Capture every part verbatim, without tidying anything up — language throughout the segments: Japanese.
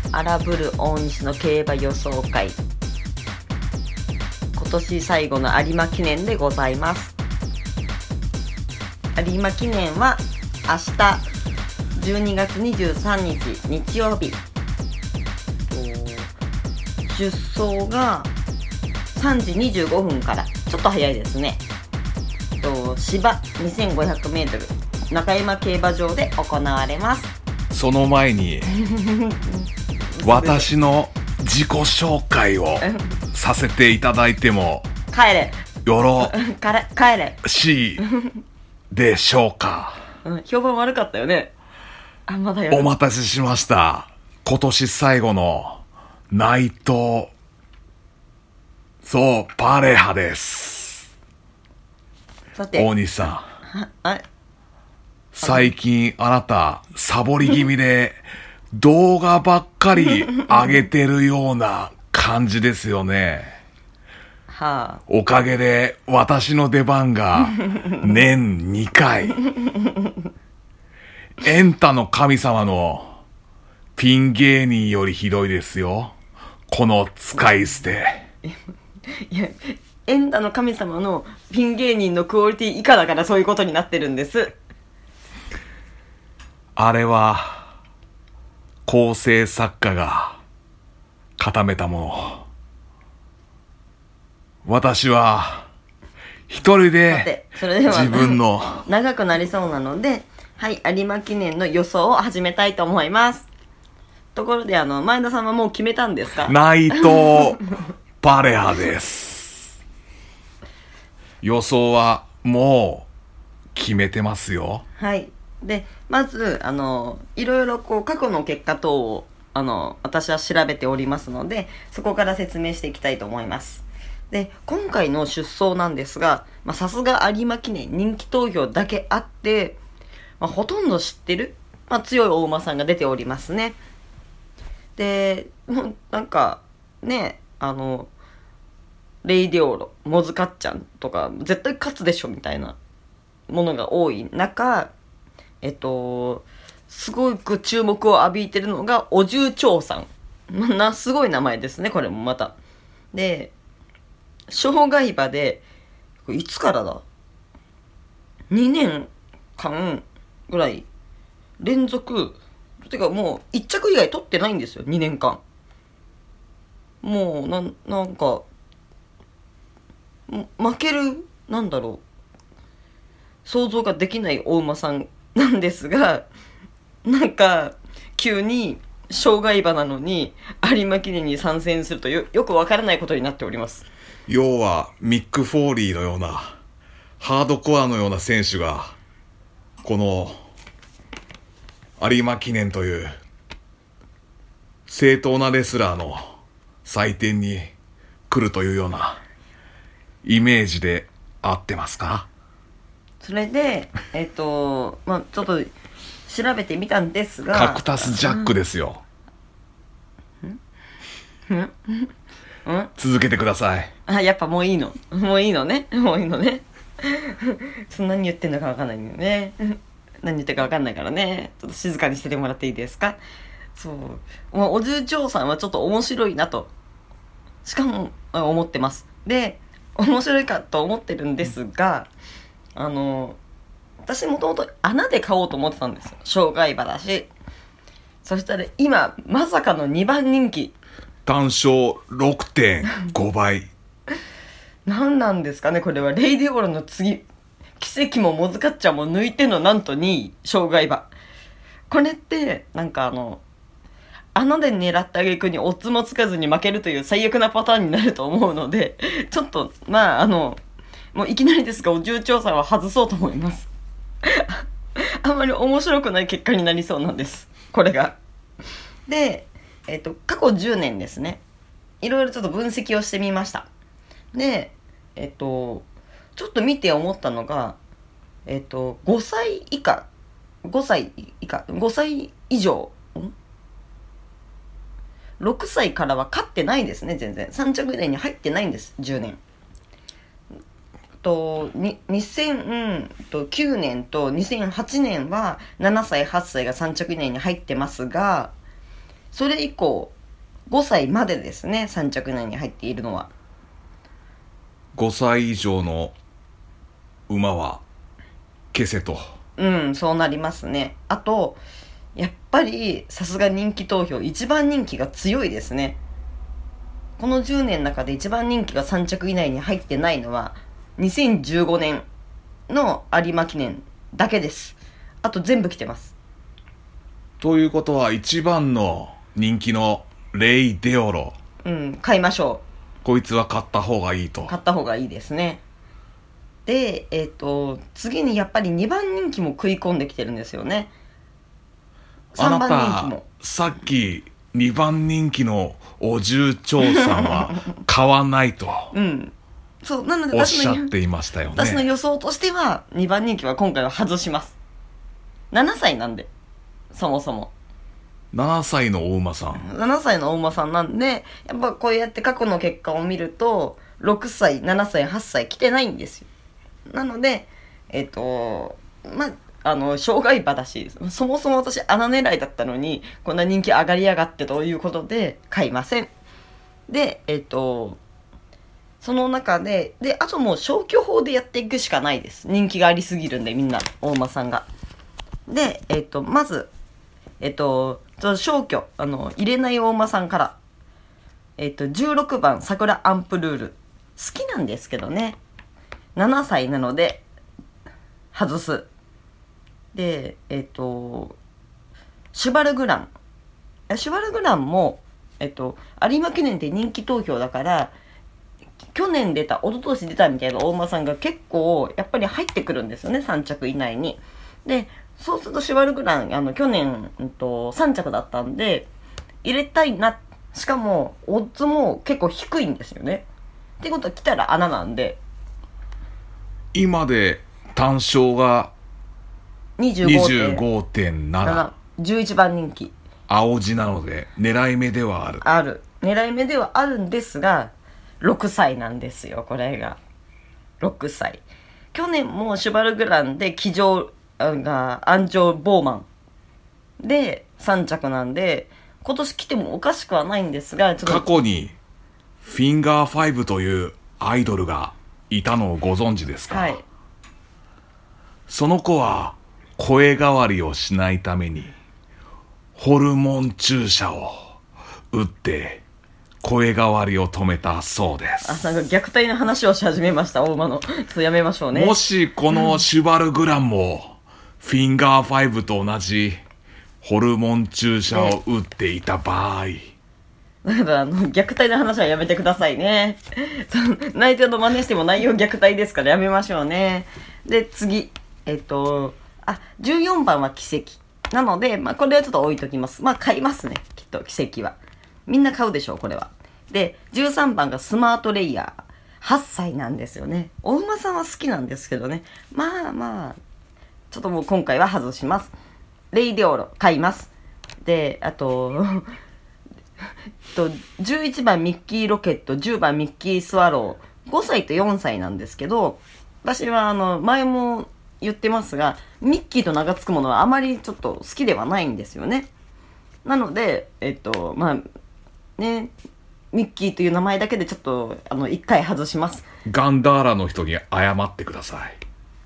荒ぶる大西の競馬予想会、今年最後の有馬記念でございます。有馬記念は明日じゅうにがつにじゅうさんにち日曜日、出走がさんじにじゅうごふんから、ちょっと早いですね。芝 にせんごひゃくメートル 中山競馬場で行われます。 その前に私の自己紹介をさせていただいても帰れよろ帰れしいでしょうか。 うん、評判悪かったよね。あ、まだやる。 お待たせしました。今年最後の内藤そうパレハです。 さて大西さん、 あ最近あなたサボり気味で動画ばっかり上げてるような感じですよね。 はあ、 おかげで私の出番が年にかい。エンタの神様のピン芸人よりひどいですよ、この使い捨て。 いや、エンタの神様のピン芸人のクオリティ以下だからそういうことになってるんです。 あれは構成作家が固めたもの。私は一人で自分の長くなりそうなので、はい、有馬記念の予想を始めたいと思います。ところで、あの前田さんはもう決めたんですか？ 内藤パレハです。予想はもう決めてますよ。 はい。で、まずあのいろいろこう過去の結果等をあの私は調べておりますので、そこから説明していきたいと思います。で、今回の出走なんですが、まあ、さすが有馬記念人気投票だけあって、まあ、ほとんど知ってる、まあ、強いお馬さんが出ておりますね。で、もうなんかね、あのレイディオロ、モズカッチャンとか絶対勝つでしょみたいなものが多い中、えっとすごく注目を浴びてるのがお重長さん。なすごい名前ですね、これもまた。で、障害馬でいつからだにねんかんぐらい連続てかもういっ着以外取ってないんですよ、にねんかん。もうななんか負ける、なんだろう、想像ができないお馬さんなんですが、なんか急に障害馬なのに有馬記念に参戦すると よ, よくわからないことになっております。 要はミック・フォーリーのようなハードコアのような選手がこの有馬記念という正当なレスラーの祭典に来るというようなイメージで合ってますか？ それでえっとまあちょっと調べてみたんですが、 カクタスジャックですよ。 んんん続けてください。 あ、やっぱもういいのもういいのねもういいのねそんなに言ってんのか分かんないのよね何言ってるか分かんないからね、ちょっと静かにしててもらっていいですか。そう、まあ、お重長さんはちょっと面白いなとしかも思ってます。で、面白いかと思ってるんですが、あの私もともと穴で買おうと思ってたんですよ、障害馬だし。そしたら今まさかのにばん人気、 単勝 ろくてんご 倍何なんですかねこれは。レイディオロの次、奇跡もモズカッチャも抜いてのなんとにい障害馬。これってなんかあの穴で狙った挙句にオッズもつかずに負けるという最悪なパターンになると思うので、ちょっとまああのもういきなりですがお重長さんは外そうと思いますあんまり面白くない結果になりそうなんです、これが。で、えっと過去じゅうねんですね、いろいろちょっと分析をしてみました。で、えっとちょっと見て思ったのが、えっとごさい以下ごさい以下ごさい以上んろくさいからは勝ってないですね。全然さん着以内に入ってないんです、じゅうねんと。ににせんきゅうねんとにせんはちねんはななさいはっさいがさん着以内に入ってますが、 それ以降ごさいまでですね、さん着以内に入っているのは。 ごさい以上の馬は消せと。 うん、そうなりますね。あとやっぱりさすが人気投票一番人気が強いですね。このじゅうねんの中で一番人気がさん着以内に入ってないのはにせんじゅうごねんの有馬記念だけです。あと全部来てます。 ということは一番の人気のレイデオロ、 うん、買いましょこいつは買った方がいいと。 う。買った方がいいですね。で、えっと次にやっぱりにばん人気も食い込んできてるんですよね。さんばん人気も。 さっきにばん人気のお重長さんは買わないとうんそうなのでおっ私のしゃっていましたよね。 私の予想としてはにばん人気は今回は外します。ななさいなんで、そもそもななさいのお馬さん、 ななさいのお馬さんなんで、やっぱこうやって過去の結果を見るとろくさいななさいはっさい来てないんですよ。なのでえっとまああの障害馬だし、そもそも私穴狙いだったのにこんな人気上がりやがってということで買いません。でえっとその中でであともう消去法でやっていくしかないです。人気がありすぎるんで、みんな大馬さんが。でえっとまずえっと消去あの入れない大馬さんから、えっとじゅうろくばん桜アンプルール好きなんですけどね、ななさいなので外す。でえっとシュバルグランシュバルグランもえっと有馬記念って人気投票だから、去年出た一昨年出たみたいな大馬さんが結構やっぱり入ってくるんですよね、さん着以内に。でそうするとシュバルグランあの去年、うん、とさん着だったんで入れたいな。しかもオッズも結構低いんですよね。ってことは来たら穴なんで、 今で単勝がにじゅうごてんななにじゅうごてんなな、 じゅういちばん人気青字なので狙い目ではある。 ある狙い目ではあるんですが、ろくさいなんですよ。これがろくさい。去年もシュバルグランで騎乗が安城ボーマンでさん着なんで、今年来てもおかしくはないんですが、ちょっと過去にフィンガーファイブというアイドルがいたのをご存知ですか？ はい。 その子は声変わりをしないためにホルモン注射を打って声変わりを止めたそうです。 あ、なんか虐待の話をし始めました、大馬の。ちょっとやめましょうね。 もしこのシュバルグランもフィンガーファイブと同じホルモン注射を打っていた場合、 だからあの虐待の話はやめてくださいね。内定の真似しても内容虐待ですからやめましょうね。で次えっとあじゅうよんばんは奇跡なので、まあ、これはちょっと置いときます。まあ買いますね、きっと奇跡はみんな買うでしょう、これは。でじゅうさんばんがスマートレイヤー、はっさいなんですよね。お馬さんは好きなんですけどね、まあまあちょっともう今回は外します。レイデオロ買います。であととじゅういちばんミッキーロケット、じゅうばんミッキースワロー、ごさいとよんさいなんですけど、私はあの前も言ってますがミッキーと名が付くものはあまりちょっと好きではないんですよね。なのでえっとまあねミッキーという名前だけでちょっとあのいっかい外します。 ガンダーラの人に謝ってください。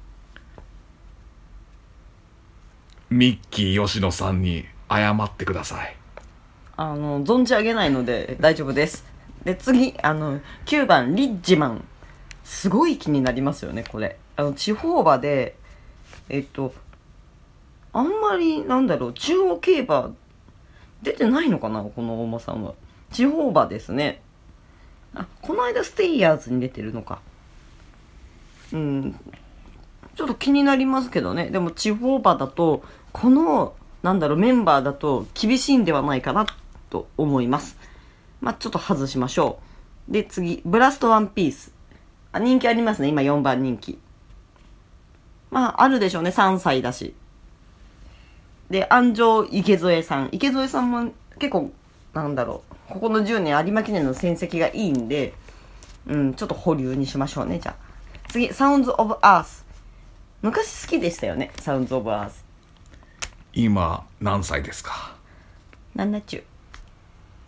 ミッキー吉野さんに謝ってください。 あの存じ上げないので大丈夫です。で次あのきゅうばんリッジマン、すごい気になりますよねこれ。あの地方馬でえっとあんまりなんだろう中央競馬出てないのかな、このお馬さんは。地方馬ですね。あ、この間ステイヤーズに出てるのか。うんちょっと気になりますけどね。でも地方馬だとこのなんだろうメンバーだと厳しいんではないかなと思います。まあちょっと外しましょう。で次ブラストワンピース、あ人気ありますね、今よんばん人気。まああるでしょうね、さんさいだし。で安城池添さん、池添さんも結構なんだろうここのじゅうねん有馬記念の戦績がいいんで、うんちょっと保留にしましょうね。じゃあ次サウンズオブアース、昔好きでしたよね、サウンズオブアース。 今何歳ですか？ なんだっちゅう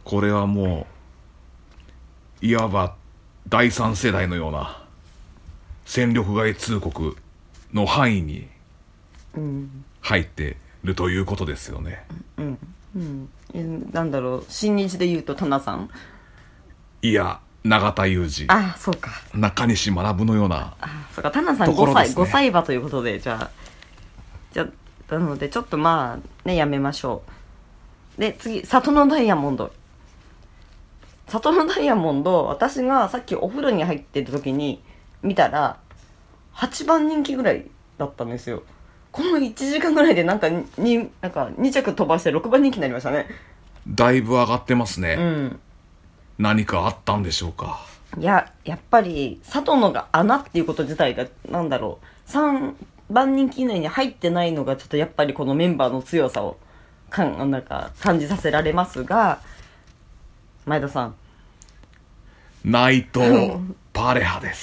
これはもういわばだいさん世代のような戦力外通告の範囲に入ってるということですよね。 うんうんうん、なんだろう、新日で言うとタナさん、 いや永田裕二、 あ、そうか、 中西学のような、 あ、そうか、タナさんとこごさい、 ろですねごさい馬ということで、じゃあじゃあなのでちょっとまあね、やめましょう。で次、里のダイヤモンド。里のダイヤモンド、私がさっきお風呂に入ってる時に見たらはちばん人気ぐらいだったんですよ。このいちじかんぐらいでなんかになんかに着飛ばしてろくばん人気になりましたね。 だいぶ上がってますね、 うん、 何かあったんでしょうか。 いや、やっぱり佐藤のが穴っていうこと自体がなんだろう、さんばん人気以内に入ってないのがちょっとやっぱりこのメンバーの強さをかんなんか感じさせられますが、前田さん、 内藤パレハです。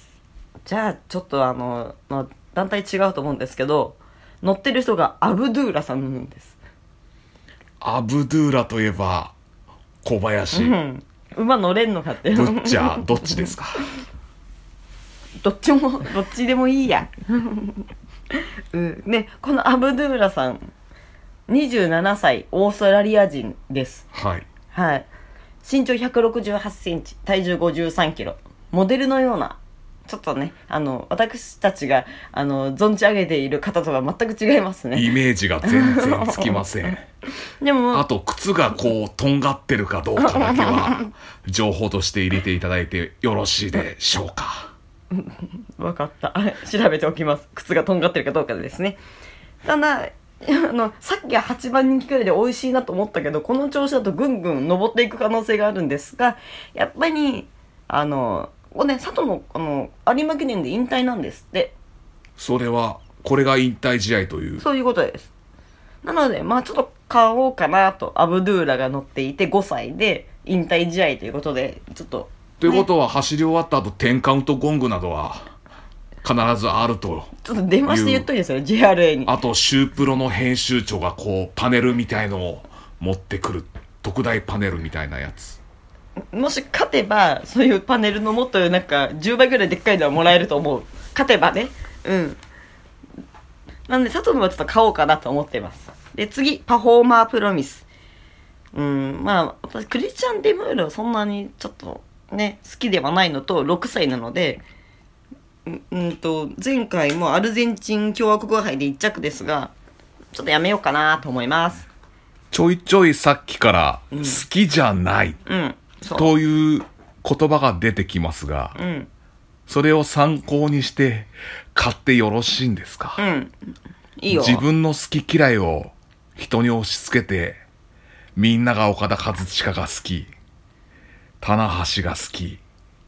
じゃあちょっとあの、まあ、団体違うと思うんですけど、乗ってる人がアブドゥーラさんなんです。 アブドゥーラといえば小林、 うん、馬乗れんのかってブッチャーどっちですか。 どっちもどっちでもいいや、うん、ね、このアブドゥーラさんにじゅうななさい、オーストラリア人です。 はい、 はい、身長ひゃくろくじゅうはちセンチ、体重ごじゅうさんキロ、モデルのような、ちょっとね、あの私たちがあの存じ上げている方とは全く違いますね。 イメージが全然つきません。 でもあと靴がこうとんがってるかどうかだけは情報として入れていただいてよろしいでしょうか。 分かった、調べておきます。靴がとんがってるかどうかでですね。ただあのさっきははちばん人気くらいで美味しいなと思ったけど、この調子だとぐんぐん登っていく可能性があるんですが、やっぱりあのこれね、佐藤のあの有馬記念で引退なんですって。 それはこれが引退試合という。 そういうことです。なのでまあちょっと買おうかなと。アブドゥーラが乗っていてごさいで引退試合ということで、ちょっと、ね、 ということは走り終わった後テンカウントゴングなどは必ずあると。 ちょっと電話して言っといてですよね、 ジェイアールエー に。 あとシュープロの編集長がこうパネルみたいのを持ってくる、特大パネルみたいなやつ。 もし勝てばそういうパネルのもっとなんかじゅうばいぐらいでっかいのはもらえると思う。勝てばね。うん。なんで佐藤のはちょっと買おうかなと思ってます。で次、パフォーマープロミス。うん、まあ私クリスチャン・デムールはそんなにちょっとね好きではないのと、ろくさいなので、ううんと前回もアルゼンチン共和国杯でいっ着ですが、ちょっとやめようかなと思います。 ちょいちょいさっきから好きじゃない、 うん、そうという言葉が出てきますが、 うん、 それを参考にして買ってよろしいんですか。 うん、いいよ。 自分の好き嫌いを人に押し付けて、みんなが岡田和親が好き、棚橋が好き、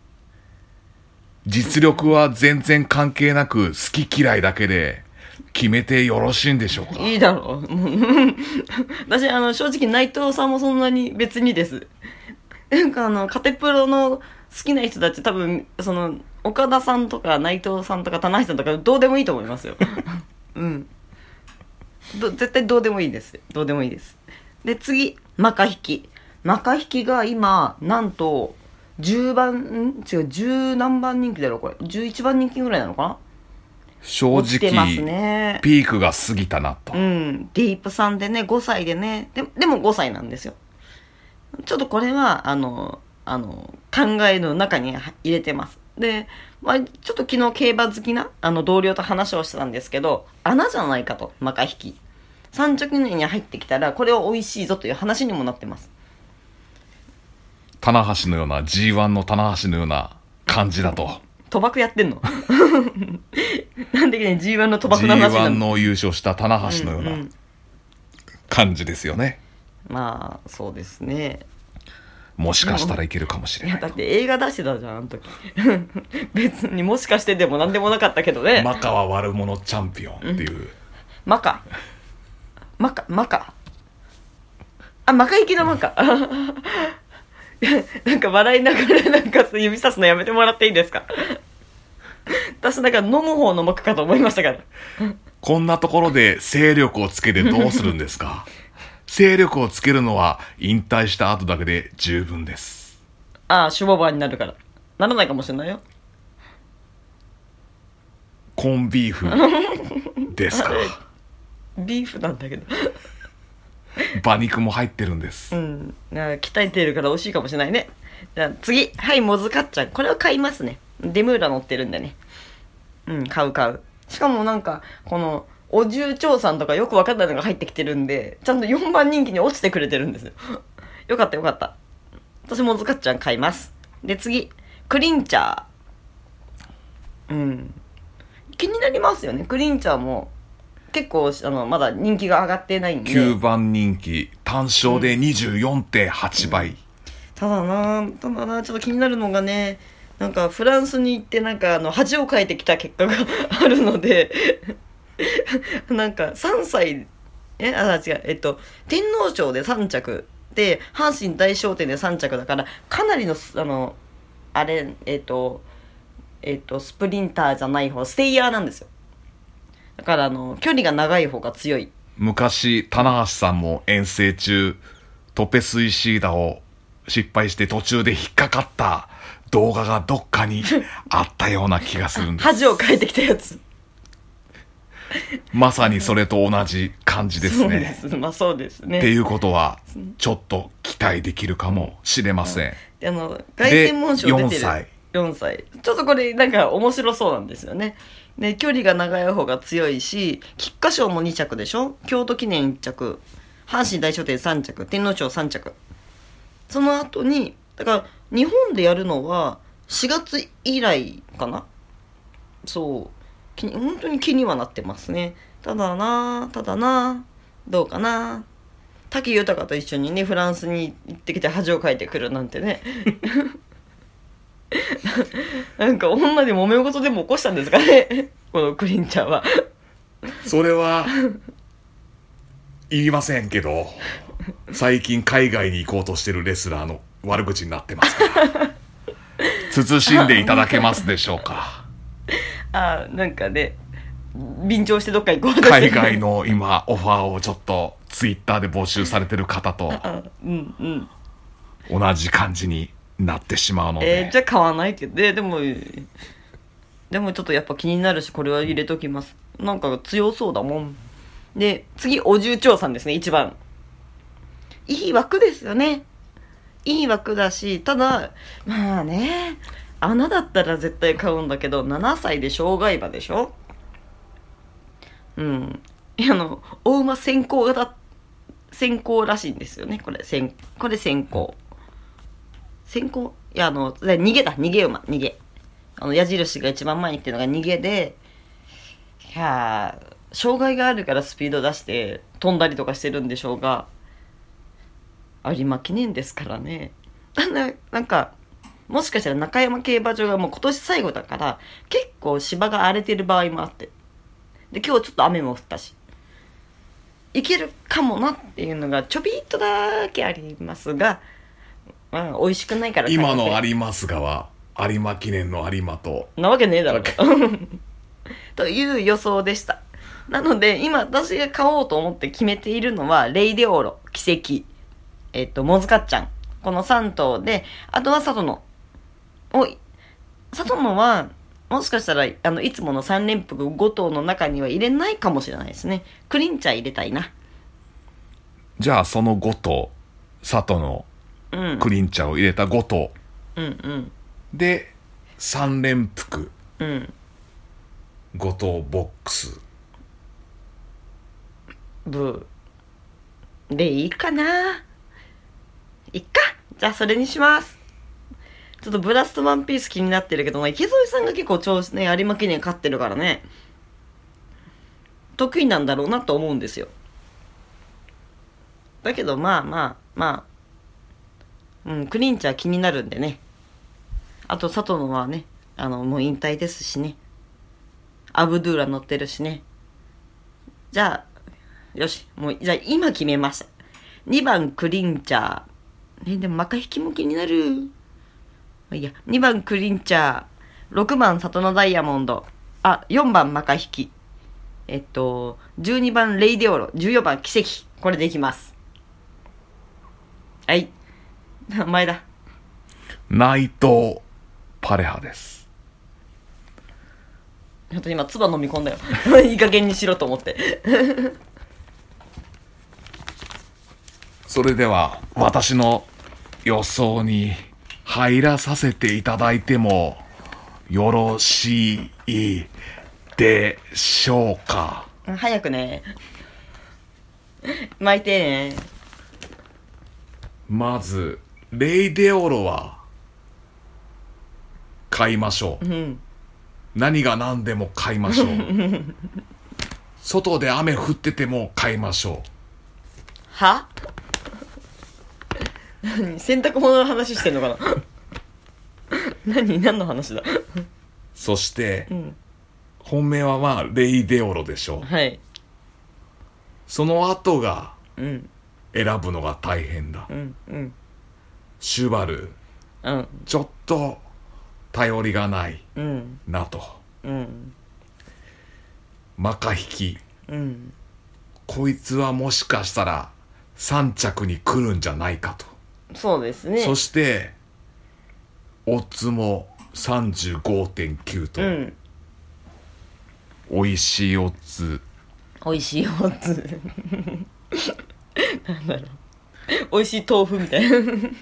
実力は全然関係なく好き嫌いだけで決めてよろしいんでしょうか。 いいだろう。私あの正直内藤さんもそんなに別にです。なんかあのカテプロの好きな人たち多分その岡田さんとか内藤さんとか棚橋さんとかどうでもいいと思いますよ。うん。ど絶対どうでもいいです。どうでもいいです。で次、マカ引き。マカ引きが今なんとじゅうばん、ん違うじゅう何番人気だろうこれ。じゅういちばん人気ぐらいなのかな。 正落ちてます直、 ね。 ピークが過ぎたなと。 うん、ディープさんでね、ごさいでね、ででもごさいなんですよ。ちょっとこれはあのあの考えの中に入れてます。で、まあ、ちょっと昨日競馬好きなあの同僚と話をしてたんですけど、穴じゃないかと、マカ引きさん着以内に入ってきたらこれは美味しいぞという話にもなってます。 棚橋のような ジーワン の棚橋のような感じだと。 賭博やってんのなんでね ジーワン の賭博の話なの。 ジーワン の優勝した棚橋のような感じですよね、 うんうん、まあそうですね。 もしかしたらいけるかもしれない。 いやだって映画出してたじゃんあの時別にもしかしてでもなんでもなかったけどね。 マカは悪者チャンピオンっていう、うん、 マカマカマカあマカ行きのマカなんか笑いながらなんか指さすのやめてもらっていいですか。私なんか飲む方のマカかと思いましたから。 こんなところで勢力をつけてどうするんですか。 勢力をつけるのは引退した後だけで十分です。 ああ、守護馬になるから。ならないかもしれないよ。 コンビーフですか。 ビーフなんだけど。 馬肉も入ってるんです。 うん。鍛えてるから美味しいかもしれないね。じゃあ次。はい、モズカッチャン。これは買いますね。デムーラ乗ってるんでね。うん、買う買う。しかもなんか、この、お重長さんとかよくわかんないのが入ってきてるんで、ちゃんとよんばん人気に落ちてくれてるんですよ。よかったよかった。私モズカッチャン買います。で、次。クリンチャー。うん。気になりますよね。クリンチャーも結構あのまだ人気が上がってないんで。 きゅうばん人気単勝で にじゅうよんてんはち 倍、うん、 ただなただなちょっと気になるのがね、なんかフランスに行ってなんかあの恥をかいてきた結果があるのでなんかさんさいえあ違うえっと天皇賞でさん着で阪神大賞典でさん着だからかなりのあのあれえっとえっと、スプリンターじゃない方、ステイヤーなんですよ。だから、あの、距離が長い方が強い。 昔、棚橋さんも遠征中、トペスイシーダを失敗して途中で引っかかった動画がどっかにあったような気がするんです。 恥をかいてきたやつ。 まさにそれと同じ感じですね。 そうです。まあそうですね。 っていうことは、ちょっと期待できるかもしれません。 で、あの、凱旋門賞出てる。 よんさい。 よんさい。ちょっとこれなんか面白そうなんですよね。で、距離が長い方が強いし、菊花賞もに着でしょ、京都記念いっ着、阪神大賞典さん着、天皇賞さん着。その後に、だから日本でやるのはしがつ以来かな。そう。気に本当に気にはなってますね。ただなただなどうかな滝豊と一緒にね、フランスに行ってきて恥をかいてくるなんてね。なんか女で揉め事でも起こしたんですかねこのクリンチャーは。 それは言いませんけど、最近海外に行こうとしてるレスラーの悪口になってますから慎んでいただけますでしょうか。 ああ、なんかね、便乗してどっか行こうとして海外の今オファーをちょっとツイッターで募集されてる方とうんうん同じ感じになってしまうので、 えー、じゃあ買わないけど、でもでもちょっとやっぱ気になるし、これは入れときます。なんか強そうだもん。で次、お重長さんですね。一番いい枠ですよね。いい枠だし、ただまあね、穴だったら絶対買うんだけど、ななさいで障害馬でしょ。うんいや、あのお馬先行型先行らしいんですよね。これ先これ先行先行いや、あの逃げだ逃げ馬逃げあの矢印が一番前に来てるのが逃げで、いや障害があるからスピード出して飛んだりとかしてるんでしょうが、有馬記念ですからね。な, なんかもしかしたら中山競馬場がもう今年最後だから結構芝が荒れてる場合もあって、で今日ちょっと雨も降ったしいけるかもなっていうのがちょびっとだけありますが、まあ美味しくないから今の有馬菅は有馬記念の有馬となわけねえだろという予想でした。なので今私が買おうと思って決めているのはレイデオーロ、奇跡、えっとモズカッチャン、このさん頭で、あとはサトノおいサトノはもしかしたらあのいつものさん連複ご頭の中には入れないかもしれないですね。クリンチャー入れたいな。 じゃあそのご頭サトノ、うん、クリンチャーを入れたご頭、 うんうん、 でさん連複、 うん、 ご頭ボックスブーでいいかな。いっか、じゃあそれにします。ちょっとブラストワンピース気になってるけど、池添さんが結構調子ね、有馬記念勝ってるからね、得意なんだろうなと思うんですよ。だけどまあまあまあ、うん、クリンチャー気になるんでね。あと佐藤のはね、あのもう引退ですしね、アブドゥーラ乗ってるしね。じゃあよし、もうじゃあ今決めました。にばんクリンチャー、ね、でもマカ引きも気になる。まあ、いいや、にばんクリンチャー、ろくばんサトノダイヤモンド、あ、よんばんマカ引き、えっとじゅうにばんレイデオロ、じゅうよんばん奇跡、これでいきます。 はい。名前だ。 内藤パレハです。 ちょっと今唾飲み込んだよ。いい加減にしろと思って。 それでは私の予想に入らさせていただいてもよろしいでしょうか。 早くね。巻いてね。 まずレイデオロは買いましょう。 うん。何が何でも買いましょう。外で雨降ってても買いましょう。 は？何洗濯物の話してんのかな。何何の話だ。 そして、 うん、 本命はまあレイデオロでしょう。 はい。 その後が、 うん、 選ぶのが大変だ。 うんうん、 シュバル、 うん、 ちょっと頼りがない、 うん、 なと、 うん、 マカ引き、 うん、 こいつはもしかしたらさん着に来るんじゃないかと。 そうですね。 そしてオッズも さんじゅうごてんきゅう と、うん、美味しいオッズ。 美味しいオッズ。なんだろう。美味しい豆腐みたいな。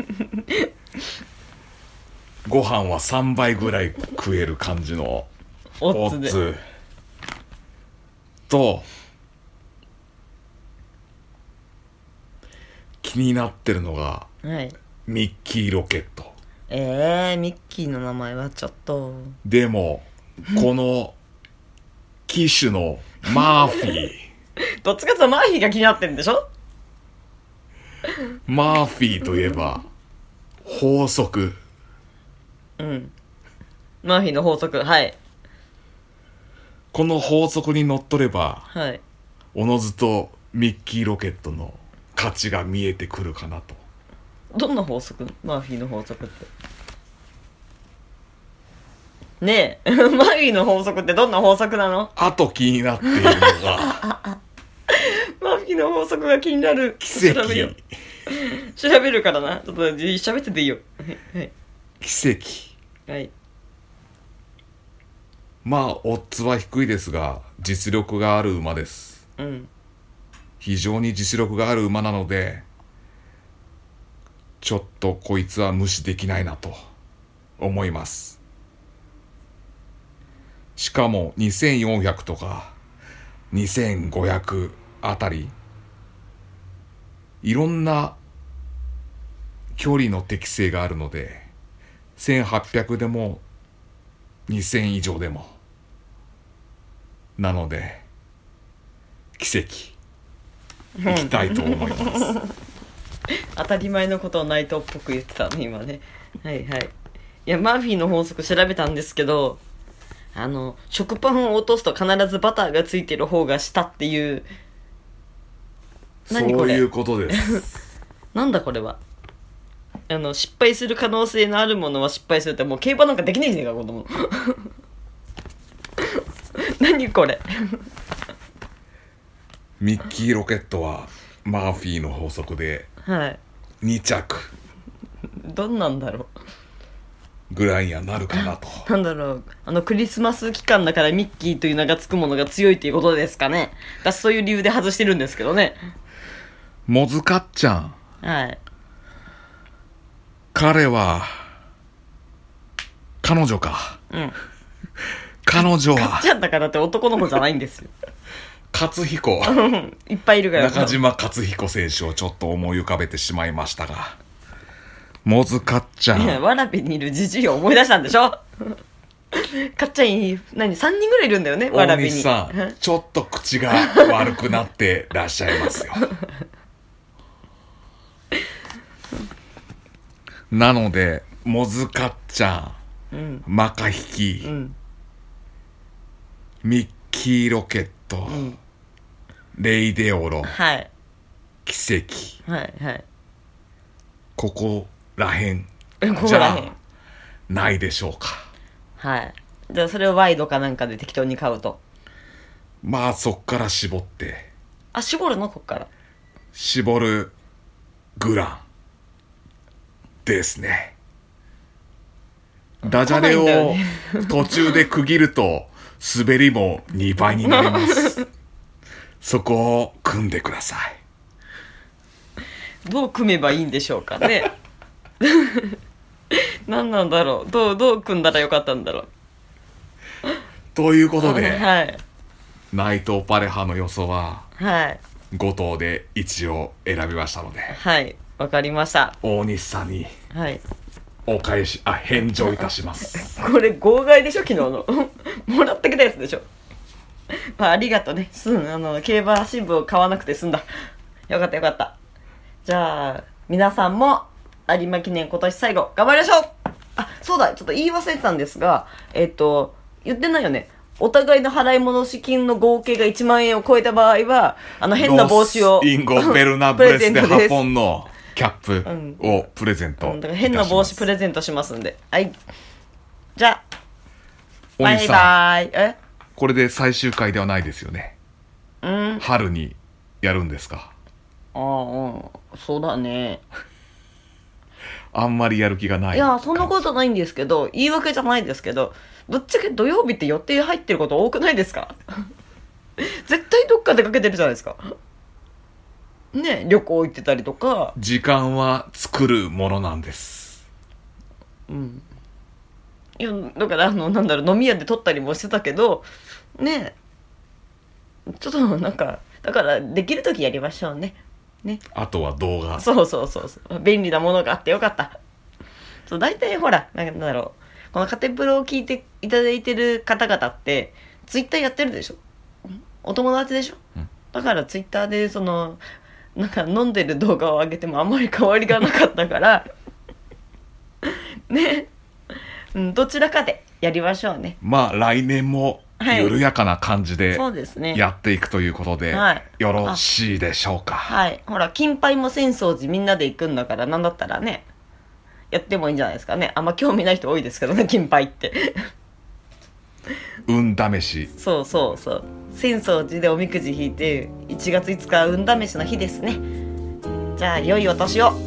ご飯はさんばいぐらい食える感じのオッズでと、気になってるのが、 はい、 ミッキーロケット。 えー、ミッキーの名前はちょっと。 でもこの機種のマーフィーどっちかというとマーフィーが気になってるんでしょ。 マーフィーといえば法則。 うん。マーフィーの法則、はい。 この法則にのっとれば、 はい。 おのずとミッキーロケットの価値が見えてくるかなと。 どんな法則？マーフィーの法則って。ねえ、マーフィーの法則ってどんな法則なの？ あと気になっているのがマーフィーの法則が気になる。 奇跡。 調べよう。調べるからな。ちょっと喋ってていいよ。はい。 奇跡。 はい。 まあオッズは低いですが実力がある馬です。 うん。 非常に実力がある馬なので、ちょっとこいつは無視できないなと思います。しかもにせんよんひゃくとかにせんごひゃくあたり、いろんな距離の適性があるので、せんはっぴゃくでもにせん以上でも、なので奇跡行きたいと思います。 当たり前のことをナイトっぽく言ってたね今ね。はいはい。いやマーフィーの法則調べたんですけど、あの食パンを落とすと必ずバターがついてる方が下っていう。 何これ。そういうことです。 なんだこれは。あの失敗する可能性のあるものは失敗するって、もう競馬なんかできないじゃねえか子供。何これ。 ミッキーロケットはマーフィーの法則でに着、 どんなんだろうぐらいにはなるかなと。 なんだろう、あのクリスマス期間だからミッキーという名がつくものが強いということですかね。私そういう理由で外してるんですけどね。 モズカッちゃん、 はい、 彼は彼女か、 うん、 彼女はカッちゃんだからって男の子じゃないんですよ。 勝彦いっぱいいるから。 中島勝彦選手をちょっと思い浮かべてしまいましたが、モズカッちゃん、いやわらびにいるジジイを思い出したんでしょ。カッちゃん何さんにんぐらいいるんだよね、わらびに。 大西さんちょっと口が悪くなってらっしゃいますよ。なのでモズカッちゃん、うん、マカヒキ、うん、ミッキーロケット、うん、レイデオロ、 はい、 奇跡、 はいはい、 ここらへんじゃないでしょうか。 はい。じゃあそれをワイドかなんかで適当に買うと、 まあそっから絞って、 あ、絞るのこっから絞るグラン、 ですね。ダジャレを途中で区切ると滑りもにばいになりますそこを組んでください。どう組めばいいんでしょうかね何なんだろう、どうどう組んだらよかったんだろうということで、 はい、 内藤パレハの予想ははいご頭で一応選びましたので、 はい、わかりました。 大西さんにお返し、はい、あ返上いたしますこれ号外でしょ、昨日のもらってきたやつでしょまあ、ありがとうね。すんあの競馬新聞を買わなくて済んだ。よかったよかった。じゃあ皆さんも有馬記念今年最後頑張りましょう。あ、そうだ、ちょっと言い忘れてたんですが、えっと言ってないよね。お互いの払い戻し金の合計がいちまんえんを超えた場合は、あの変な帽子をロスインゴベルナブレスでハポンのキャップをプレゼント、 うんうん、だから変な帽子プレゼントしますんで、はい。じゃあバイバイ。え、 これで最終回ではないですよね。 うん、 春にやるんですか。 ああ、うん、そうだね。 あんまりやる気がない。 いや、そんなことないんですけど、言い訳じゃないですけど、ぶっちゃけ土曜日って予定入ってること多くないですか絶対どっか出かけてるじゃないですかね。旅行行ってたりとか。 時間は作るものなんです。 うん。いや、だからあのなんだろう、飲み屋で撮ったりもしてたけどね、ちょっとなんかだからできる時やりましょうね。ね。 あとは動画。 そうそうそうそう。便利なものがあってよかった。そう、大体ほら、なんだろう、このカテプロを聞いていただいてる方々ってツイッターやってるでしょ。お友達でしょ。 うん、 だからツイッターでそのなんか飲んでる動画を上げてもあんまり変わりがなかったからね、うん、どちらかでやりましょうね。 まあ来年も緩やかな感じでそうですね、 やっていくということで、 はい、 よろしいでしょうか。 はい。ほら、金杯も浅草寺みんなで行くんだから、なんだったらねやってもいいんじゃないですかね。あんま興味ない人多いですけどね、金杯って運試し。 そうそうそう、浅草寺でおみくじ引いていちがついつか運試しの日ですね。じゃあ良いお年を。